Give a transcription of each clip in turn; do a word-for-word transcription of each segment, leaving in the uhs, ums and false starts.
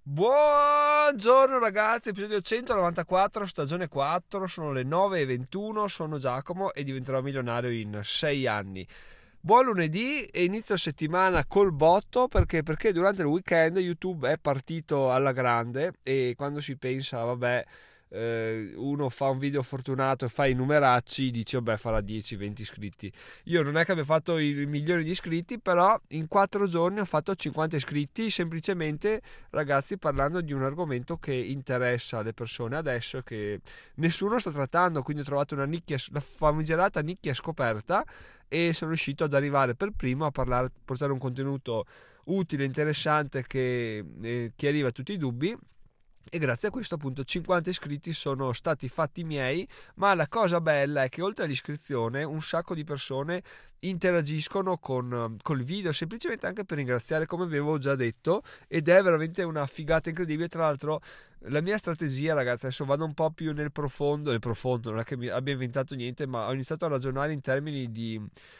Buongiorno ragazzi, episodio centonovantaquattro, stagione quattro, sono le nove e ventuno, sono Giacomo e diventerò milionario in sei anni. Buon lunedì e inizio settimana col botto perché, perché durante il weekend YouTube è partito alla grande e quando si pensa, vabbè, eh, uno fa un video fortunato e fa i numeracci, dice vabbè farà dieci venti iscritti. Io non è che abbia fatto i migliori di iscritti, però in quattro giorni ho fatto cinquanta iscritti, semplicemente ragazzi parlando di un argomento che interessa le persone adesso e che nessuno sta trattando, quindi ho trovato una nicchia, la famigerata nicchia scoperta, e sono riuscito ad arrivare per primo a parlare, portare un contenuto utile, interessante che eh, chiariva tutti i dubbi. E grazie a questo appunto cinquanta iscritti sono stati fatti miei, ma la cosa bella è che oltre all'iscrizione un sacco di persone interagiscono con, con il video, semplicemente anche per ringraziare, come avevo già detto, ed è veramente una figata incredibile. Tra l'altro la mia strategia, ragazzi, adesso vado un po' più nel profondo, nel profondo non è che mi abbia inventato niente, ma ho iniziato a ragionare in termini di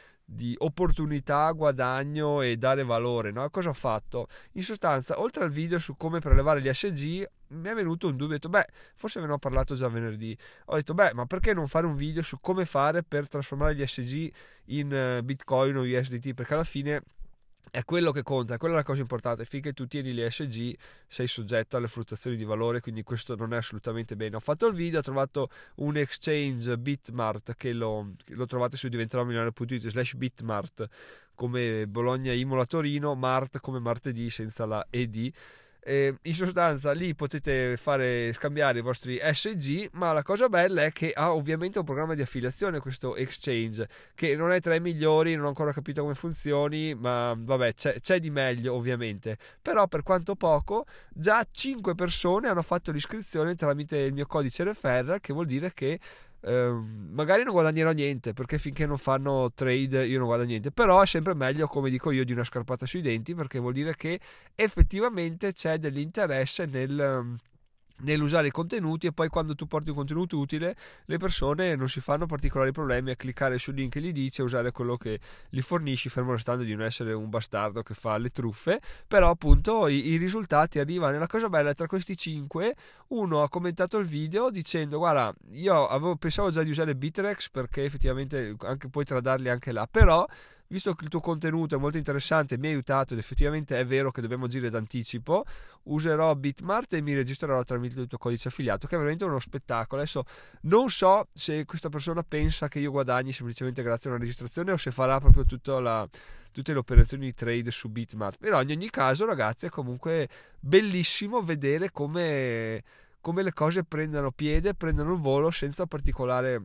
di opportunità, guadagno e dare valore, no? Cosa ho fatto? In sostanza, oltre al video su come prelevare gli S G, mi è venuto un dubbio, ho detto, beh, forse ve ne ho parlato già venerdì, ho detto, beh, ma perché non fare un video su come fare per trasformare gli S G in Bitcoin o U S D T, perché alla fine è quello che conta, è quella la cosa importante. Finché tu tieni gli S G sei soggetto alle fluttuazioni di valore, quindi questo non è assolutamente bene. Ho fatto il video, ho trovato un exchange Bitmart che lo, che lo trovate su diventerò milionario punto it slash Bitmart, come Bologna, Imola, Torino, Mart come martedì senza la ed. Eh, in sostanza lì potete fare scambiare i vostri S G, ma la cosa bella è che ha ovviamente un programma di affiliazione questo exchange, che non è tra i migliori, non ho ancora capito come funzioni, ma vabbè, c'è, c'è di meglio ovviamente. Però per quanto poco, già cinque persone hanno fatto l'iscrizione tramite il mio codice referral, che vuol dire che Uh, magari non guadagnerò niente, perché finché non fanno trade io non guadagno niente, però è sempre meglio, come dico io, di una scarpata sui denti, perché vuol dire che effettivamente c'è dell'interesse nel nell'usare i contenuti, e poi quando tu porti un contenuto utile le persone non si fanno particolari problemi a cliccare sul link che gli dice, a usare quello che gli fornisci, fermo restando di non essere un bastardo che fa le truffe. Però appunto i, i risultati arrivano, e la cosa bella è tra questi cinque uno ha commentato il video dicendo guarda, io avevo, pensavo già di usare Bittrex perché effettivamente anche puoi tradarli anche là, però visto che il tuo contenuto è molto interessante, mi ha aiutato ed effettivamente è vero che dobbiamo agire d'anticipo, userò Bitmart e mi registrerò tramite il tuo codice affiliato, che è veramente uno spettacolo. Adesso non so se questa persona pensa che io guadagni semplicemente grazie a una registrazione o se farà proprio tutta la, tutte le operazioni di trade su Bitmart, però in ogni caso ragazzi è comunque bellissimo vedere come, come le cose prendano piede, prendano il volo senza particolare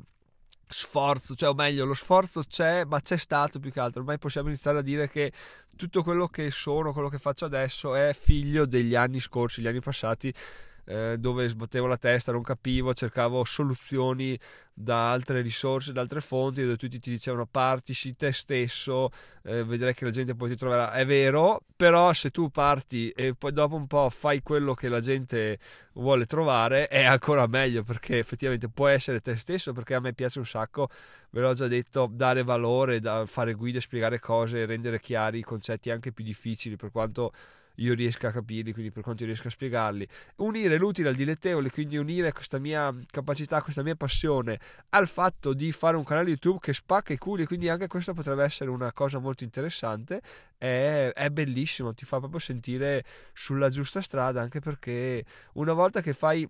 sforzo, cioè o meglio lo sforzo c'è, ma c'è stato più che altro. Ormai possiamo iniziare a dire che tutto quello che sono, quello che faccio adesso è figlio degli anni scorsi, gli anni passati, eh, dove sbattevo la testa, non capivo, cercavo soluzioni da altre risorse, da altre fonti, dove tutti ti dicevano partici te stesso, eh, vedrai che la gente poi ti troverà. È vero, però se tu parti e poi dopo un po' fai quello che la gente vuole trovare è ancora meglio, perché effettivamente puoi essere te stesso, perché a me piace un sacco, ve l'ho già detto, dare valore, da fare guide, spiegare cose, rendere chiari i concetti anche più difficili, per quanto io riesca a capirli, quindi per quanto io riesca a spiegarli, unire l'utile al dilettevole, quindi unire questa mia capacità, questa mia passione al fatto di fare un canale YouTube che spacca i culi, quindi anche questo potrebbe essere una cosa molto interessante. È, è bellissimo, ti fa proprio sentire sulla giusta strada, anche perché una volta che fai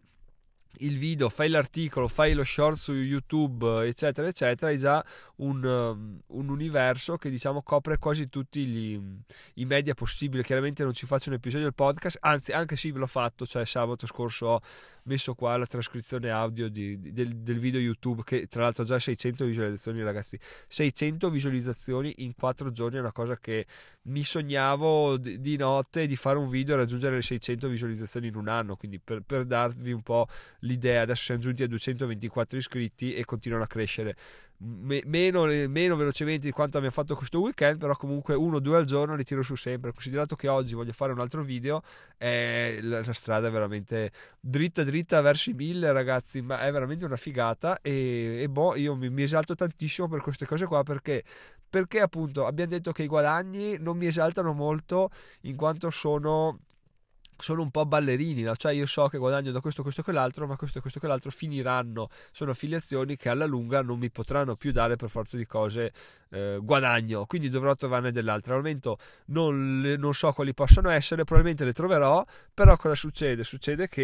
il video, fai l'articolo, fai lo short su YouTube, eccetera eccetera, hai già un, um, un universo che diciamo copre quasi tutti gli, i media possibili. Chiaramente non ci faccio un episodio del podcast, anzi anche sì ve l'ho fatto, cioè sabato scorso ho messo qua la trascrizione audio di, di, del, del video YouTube, che tra l'altro ha già seicento visualizzazioni ragazzi. Seicento visualizzazioni in quattro giorni è una cosa che mi sognavo di, di notte, di fare un video e raggiungere le seicento visualizzazioni in un anno, quindi per, per darvi un po' l'idea. Adesso siamo giunti a duecentoventiquattro iscritti e continuano a crescere Me, meno, meno velocemente di quanto abbiamo fatto questo weekend, però comunque uno o due al giorno li tiro su sempre. Considerato che oggi voglio fare un altro video, eh, la, la strada è veramente dritta dritta verso i mille ragazzi, ma è veramente una figata. E, e boh, io mi, mi esalto tantissimo per queste cose qua, perché perché appunto abbiamo detto che i guadagni non mi esaltano molto, in quanto sono sono un po' ballerini, no? Cioè io so che guadagno da questo, questo e quell'altro, ma questo e questo e quell'altro finiranno, sono affiliazioni che alla lunga non mi potranno più dare per forza di cose eh, guadagno, quindi dovrò trovarne dell'altro. Al momento non, le, non so quali possano essere, probabilmente le troverò, però cosa succede? Succede che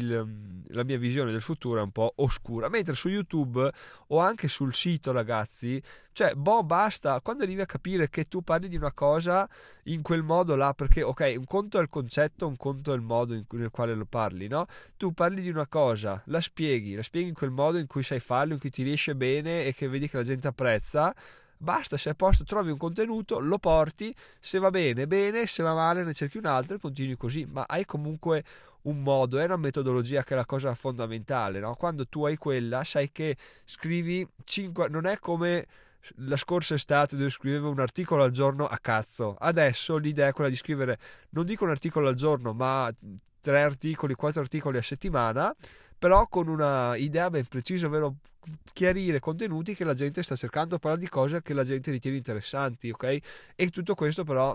il, la mia visione del futuro è un po' oscura, mentre su YouTube o anche sul sito, ragazzi, cioè boh, basta, quando arrivi a capire che tu parli di una cosa in quel modo là, perché ok, un conto è il concetto, un conto è il modo in cui, nel quale lo parli, no? Tu parli di una cosa, la spieghi, la spieghi in quel modo in cui sai farlo, in cui ti riesce bene e che vedi che la gente apprezza. Basta, se è a posto trovi un contenuto, lo porti, se va bene, bene, se va male ne cerchi un altro e continui così, ma hai comunque un modo, è una metodologia che è la cosa fondamentale, no? Quando tu hai quella, sai che scrivi cinque, non è come la scorsa estate dove scrivevo un articolo al giorno a cazzo. Adesso l'idea è quella di scrivere, non dico un articolo al giorno, ma tre articoli, quattro articoli a settimana, però con una idea ben precisa, ovvero chiarire contenuti che la gente sta cercando, parlare di cose che la gente ritiene interessanti, ok? E tutto questo però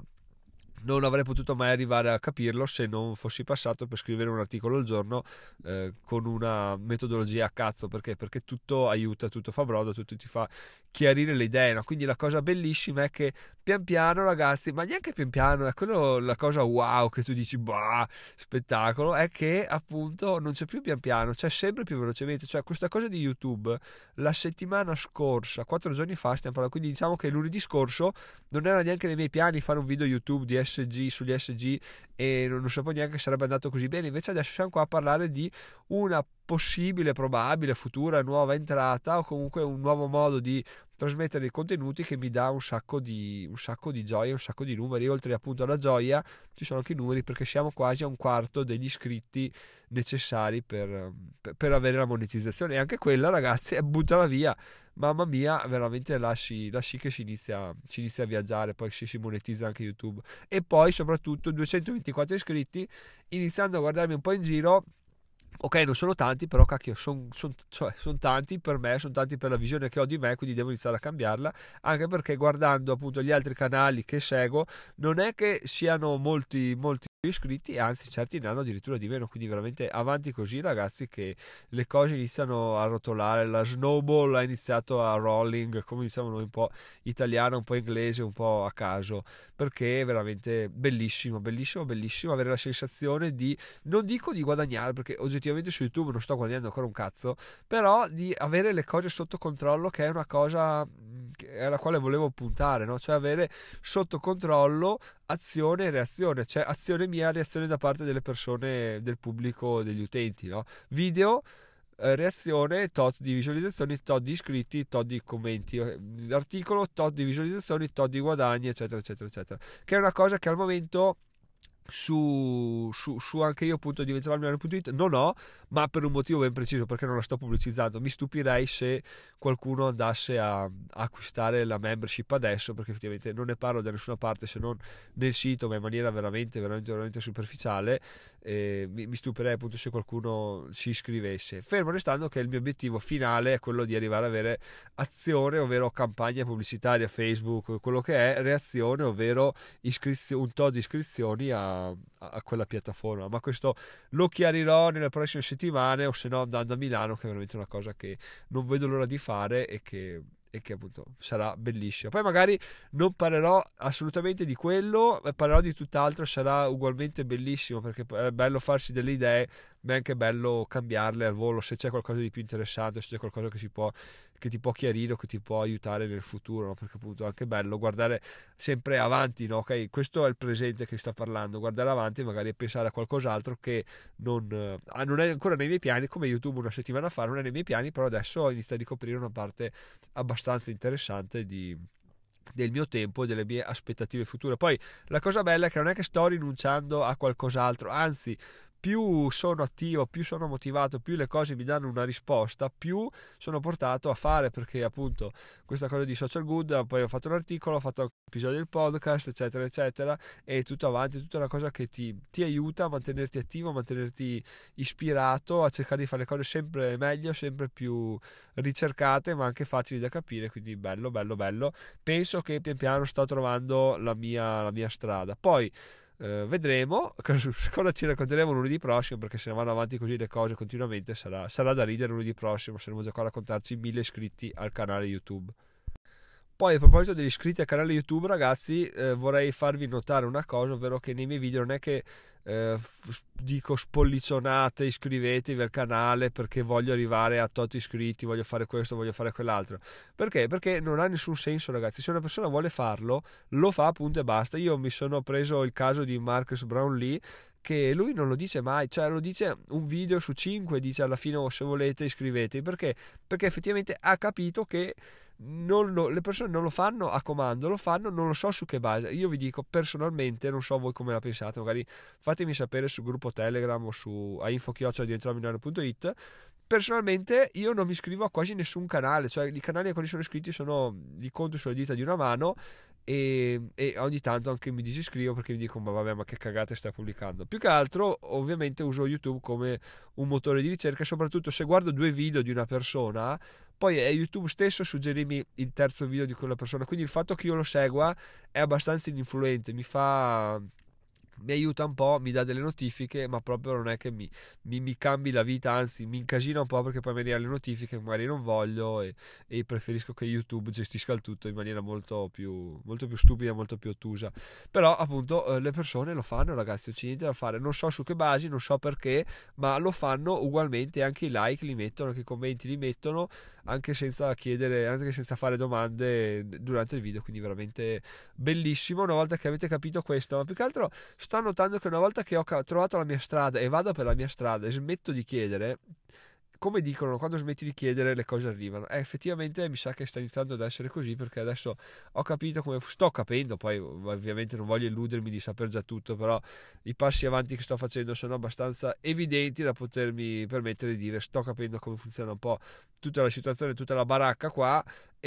non avrei potuto mai arrivare a capirlo se non fossi passato per scrivere un articolo al giorno eh, con una metodologia a cazzo, perché perché tutto aiuta, tutto fa brodo, tutto ti fa chiarire le idee, no? Quindi la cosa bellissima è che pian piano, ragazzi, ma neanche pian piano, è quello la cosa wow che tu dici bah, spettacolo, è che appunto non c'è più pian piano, c'è sempre più velocemente. Cioè questa cosa di YouTube la settimana scorsa, quattro giorni fa stiamo parlando, quindi diciamo che lunedì scorso non era neanche nei miei piani fare un video YouTube di S G sugli S G e non, non sapevo neanche che sarebbe andato così bene. Invece adesso siamo qua a parlare di una possibile, probabile, futura nuova entrata o comunque un nuovo modo di trasmettere dei contenuti che mi dà un sacco di un sacco di gioia, un sacco di numeri. Oltre appunto alla gioia ci sono anche i numeri, perché siamo quasi a un quarto degli iscritti necessari per, per, per avere la monetizzazione, e anche quella, ragazzi, è buttala via. Mamma mia, veramente lasci, lasci che si inizia, si inizia a viaggiare, poi si, si monetizza anche YouTube. E poi soprattutto duecentoventiquattro iscritti, iniziando a guardarmi un po' in giro. Ok, non sono tanti, però cacchio, sono son, cioè, son tanti per me, sono tanti per la visione che ho di me, quindi devo iniziare a cambiarla, anche perché guardando appunto gli altri canali che seguo, non è che siano molti, molti iscritti, anzi certi ne hanno addirittura di meno, quindi veramente avanti così, ragazzi, che le cose iniziano a rotolare, la snowball ha iniziato a rolling, come diciamo noi, un po' italiano, un po' inglese, un po' a caso, perché è veramente bellissimo, bellissimo, bellissimo avere la sensazione di, non dico di guadagnare, perché oggettivamente su YouTube non sto guadagnando ancora un cazzo, però di avere le cose sotto controllo, che è una cosa alla quale volevo puntare, no? Cioè avere sotto controllo azione e reazione, cioè azione mia, reazione da parte delle persone, del pubblico, degli utenti, no? Video, eh, reazione, tot di visualizzazioni, tot di iscritti, tot di commenti, articolo, tot di visualizzazioni, tot di guadagni, eccetera eccetera eccetera, che è una cosa che al momento Su, su, su anche io appunto di ventunomilano punto it non ho, ma per un motivo ben preciso, perché non la sto pubblicizzando. Mi stupirei se qualcuno andasse a, a acquistare la membership adesso, perché effettivamente non ne parlo da nessuna parte se non nel sito, ma in maniera veramente veramente, veramente superficiale. E mi, mi stupirei appunto se qualcuno si iscrivesse, fermo restando che il mio obiettivo finale è quello di arrivare ad avere azione, ovvero campagna pubblicitaria Facebook, quello che è, reazione, ovvero iscrizio, un tot di iscrizioni a a quella piattaforma. Ma questo lo chiarirò nelle prossime settimane, o se no andando a Milano, che è veramente una cosa che non vedo l'ora di fare e che, e che appunto sarà bellissimo. Poi magari non parlerò assolutamente di quello, parlerò di tutt'altro, sarà ugualmente bellissimo, perché è bello farsi delle idee, ma è anche bello cambiarle al volo se c'è qualcosa di più interessante, se c'è qualcosa che si può che ti può chiarire o che ti può aiutare nel futuro, no? Perché appunto è anche bello guardare sempre avanti, no? Ok, questo è il presente che sta parlando, guardare avanti e magari pensare a qualcos'altro che non, eh, non è ancora nei miei piani, come YouTube una settimana fa non è nei miei piani, però adesso inizia a ricoprire una parte abbastanza interessante di del mio tempo e delle mie aspettative future. Poi la cosa bella è che non è che sto rinunciando a qualcos'altro, anzi più sono attivo, più sono motivato, più le cose mi danno una risposta, più sono portato a fare, perché appunto questa cosa di social good, poi ho fatto un articolo, ho fatto un episodio del podcast, eccetera eccetera, e tutto avanti, tutta una cosa che ti, ti aiuta a mantenerti attivo, a mantenerti ispirato, a cercare di fare le cose sempre meglio, sempre più ricercate, ma anche facili da capire, quindi bello, bello, bello. Penso che pian piano sto trovando la mia, la mia strada. Poi Uh, vedremo cosa ci racconteremo lunedì prossimo, perché se ne vanno avanti così le cose continuamente sarà, sarà da ridere lunedì prossimo. Saremo già qua a raccontarci mille iscritti al canale YouTube. Poi a proposito degli iscritti al canale YouTube, ragazzi, eh, vorrei farvi notare una cosa, ovvero che nei miei video non è che eh, f- dico spollicionate, iscrivetevi al canale perché voglio arrivare a tot iscritti, voglio fare questo, voglio fare quell'altro. Perché? Perché non ha nessun senso, ragazzi. Se una persona vuole farlo, lo fa, punto e basta. Io mi sono preso il caso di Marcus Brownlee, che lui non lo dice mai, cioè lo dice un video su cinque, dice alla fine oh, se volete iscrivetevi, perché? Perché effettivamente ha capito che non lo, le persone non lo fanno a comando, lo fanno non lo so su che base. Io vi dico personalmente, non so voi come la pensate, magari fatemi sapere sul gruppo Telegram o su a info chiocciola diventerò milionario punto it. Personalmente io non mi iscrivo a quasi nessun canale, cioè i canali a quali sono iscritti sono, li conto sulle dita di una mano, e, e ogni tanto anche mi disiscrivo perché mi dico ma vabbè, ma che cagate stai pubblicando. Più che altro ovviamente uso YouTube come un motore di ricerca, soprattutto se guardo due video di una persona, poi è YouTube stesso a suggerirmi il terzo video di quella persona, quindi il fatto che io lo segua è abbastanza ininfluente, mi fa... mi aiuta un po', mi dà delle notifiche, ma proprio non è che mi, mi, mi cambi la vita, anzi mi incasina un po' perché poi mi arrivano le notifiche, magari non voglio, e, e preferisco che YouTube gestisca il tutto in maniera molto più, molto più stupida, molto più ottusa. Però appunto eh, le persone lo fanno, ragazzi, non c'è niente da fare, non so su che basi, non so perché, ma lo fanno ugualmente, anche i like li mettono, anche i commenti li mettono, anche senza chiedere, anche senza fare domande durante il video, quindi veramente bellissimo una volta che avete capito questo. Ma più che altro sto notando che una volta che ho trovato la mia strada e vado per la mia strada e smetto di chiedere, come dicono, quando smetti di chiedere le cose arrivano. Eh, effettivamente mi sa che sta iniziando ad essere così, perché adesso ho capito come sto capendo, poi ovviamente non voglio illudermi di saper già tutto, però i passi avanti che sto facendo sono abbastanza evidenti da potermi permettere di dire sto capendo come funziona un po' tutta la situazione, tutta la baracca qua,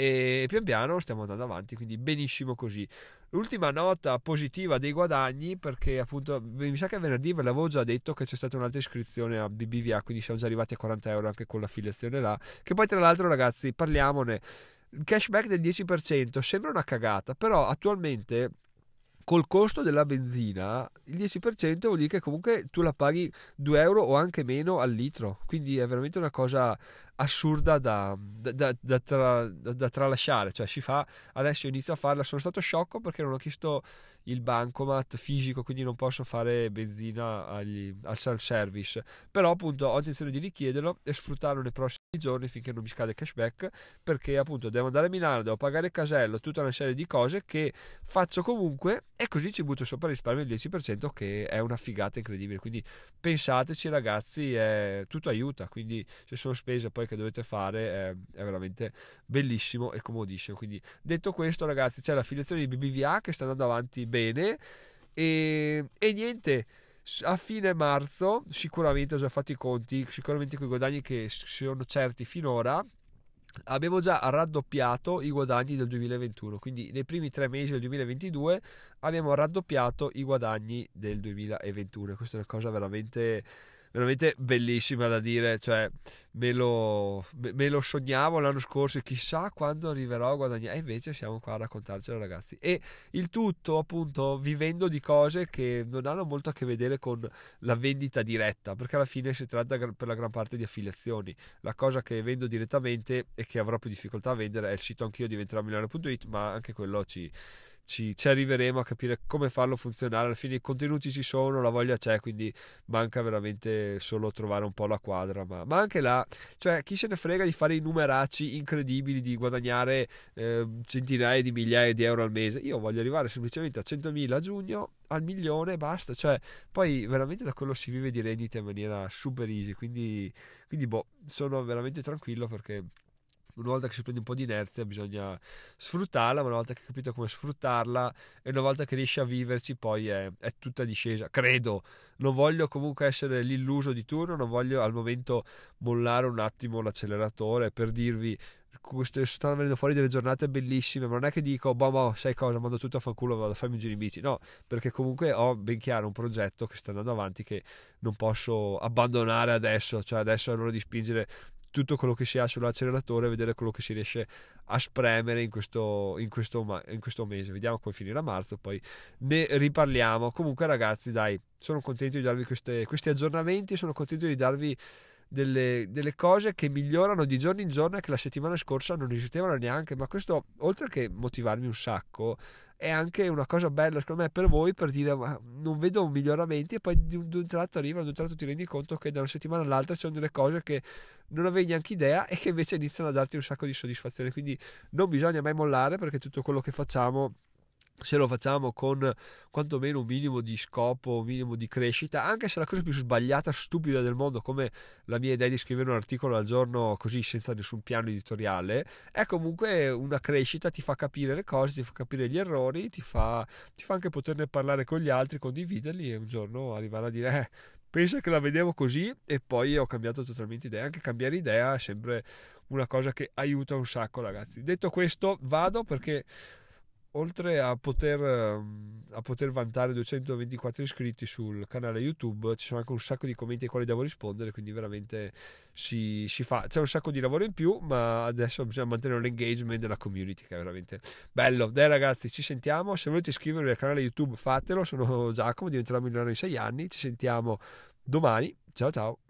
e pian piano stiamo andando avanti, quindi benissimo così. L'ultima nota positiva dei guadagni, perché appunto mi sa che venerdì ve l'avevo già detto che c'è stata un'altra iscrizione a B B V A, quindi siamo già arrivati a quaranta euro anche con l'affiliazione là, che poi tra l'altro, ragazzi, parliamone, il cashback del dieci per cento sembra una cagata, però attualmente col costo della benzina il dieci per cento vuol dire che comunque tu la paghi due euro o anche meno al litro, quindi è veramente una cosa assurda da, da, da, da, tra, da, da tralasciare, cioè si fa, adesso inizio a farla. Sono stato sciocco perché non ho chiesto il bancomat fisico, quindi non posso fare benzina agli, al self service, però appunto ho intenzione di richiederlo e sfruttarlo nei prossimi giorni finché non mi scade il cashback, perché appunto devo andare a Milano, devo pagare il casello, tutta una serie di cose che faccio comunque, e così ci butto sopra il risparmio del dieci per cento, che è una figata incredibile. Quindi pensateci, ragazzi, è, tutto aiuta, quindi se sono spese poi che dovete fare è, è veramente bellissimo e comodissimo. Quindi detto questo, ragazzi, c'è l'affiliazione di B B V A che sta andando avanti bene, e, e niente, a fine marzo sicuramente, ho già fatto i conti, sicuramente con i guadagni che sono certi finora, abbiamo già raddoppiato i guadagni del duemilaventuno, quindi nei primi tre mesi del duemilaventidue abbiamo raddoppiato i guadagni del duemilaventuno. Questa è una cosa veramente veramente bellissima da dire, cioè me lo, me lo sognavo l'anno scorso e chissà quando arriverò a guadagnare, e invece siamo qua a raccontarcelo, ragazzi, e il tutto appunto vivendo di cose che non hanno molto a che vedere con la vendita diretta, perché alla fine si tratta per la gran parte di affiliazioni. La cosa che vendo direttamente e che avrò più difficoltà a vendere è il sito anch'io diventerò milionario punto it, ma anche quello ci Ci, ci arriveremo a capire come farlo funzionare. Alla fine i contenuti ci sono, la voglia c'è, quindi manca veramente solo trovare un po' la quadra, ma, ma anche là, cioè chi se ne frega di fare i numeracci incredibili, di guadagnare eh, centinaia di migliaia di euro al mese. Io voglio arrivare semplicemente a centomila a giugno, al milione e basta, cioè poi veramente da quello si vive di rendite in maniera super easy, quindi, quindi boh, sono veramente tranquillo, perché una volta che si prende un po' di inerzia bisogna sfruttarla, ma una volta che hai capito come sfruttarla e una volta che riesci a viverci, poi è, è tutta discesa, credo. Non voglio comunque essere l'illuso di turno, non voglio al momento mollare un attimo l'acceleratore per dirvi queste, stanno venendo fuori delle giornate bellissime, ma non è che dico boh, boh sai cosa, mando tutto a fanculo, vado a farmi un giro in bici, no, perché comunque ho ben chiaro un progetto che sta andando avanti, che non posso abbandonare adesso, cioè adesso è l'ora di spingere tutto quello che si ha sull'acceleratore, vedere quello che si riesce a spremere in questo, in questo, in questo mese. Vediamo come finirà marzo, poi ne riparliamo. Comunque ragazzi, dai, sono contento di darvi queste, questi aggiornamenti, sono contento di darvi Delle, delle cose che migliorano di giorno in giorno e che la settimana scorsa non esistevano neanche. Ma questo, oltre che motivarmi un sacco, è anche una cosa bella secondo me per voi, per dire ma non vedo miglioramenti, e poi di un, di un tratto arriva, di un tratto ti rendi conto che da una settimana all'altra ci sono delle cose che non avevi neanche idea e che invece iniziano a darti un sacco di soddisfazione. Quindi non bisogna mai mollare, perché tutto quello che facciamo, se lo facciamo con quantomeno un minimo di scopo, un minimo di crescita, anche se è la cosa più sbagliata, stupida del mondo, come la mia idea di scrivere un articolo al giorno così senza nessun piano editoriale, è comunque una crescita, ti fa capire le cose, ti fa capire gli errori, ti fa, ti fa anche poterne parlare con gli altri, condividerli, e un giorno arrivare a dire eh, pensa che la vedevo così e poi ho cambiato totalmente idea. Anche cambiare idea è sempre una cosa che aiuta un sacco, ragazzi. Detto questo, vado, perché oltre a poter, a poter vantare duecentoventiquattro iscritti sul canale YouTube, ci sono anche un sacco di commenti ai quali devo rispondere, quindi veramente si, si fa, c'è un sacco di lavoro in più, ma adesso bisogna mantenere l'engagement della community, che è veramente bello. Dai ragazzi, ci sentiamo. Se volete iscrivervi al canale YouTube fatelo, sono Giacomo, diventerò milionario in sei anni. Ci sentiamo domani, ciao ciao.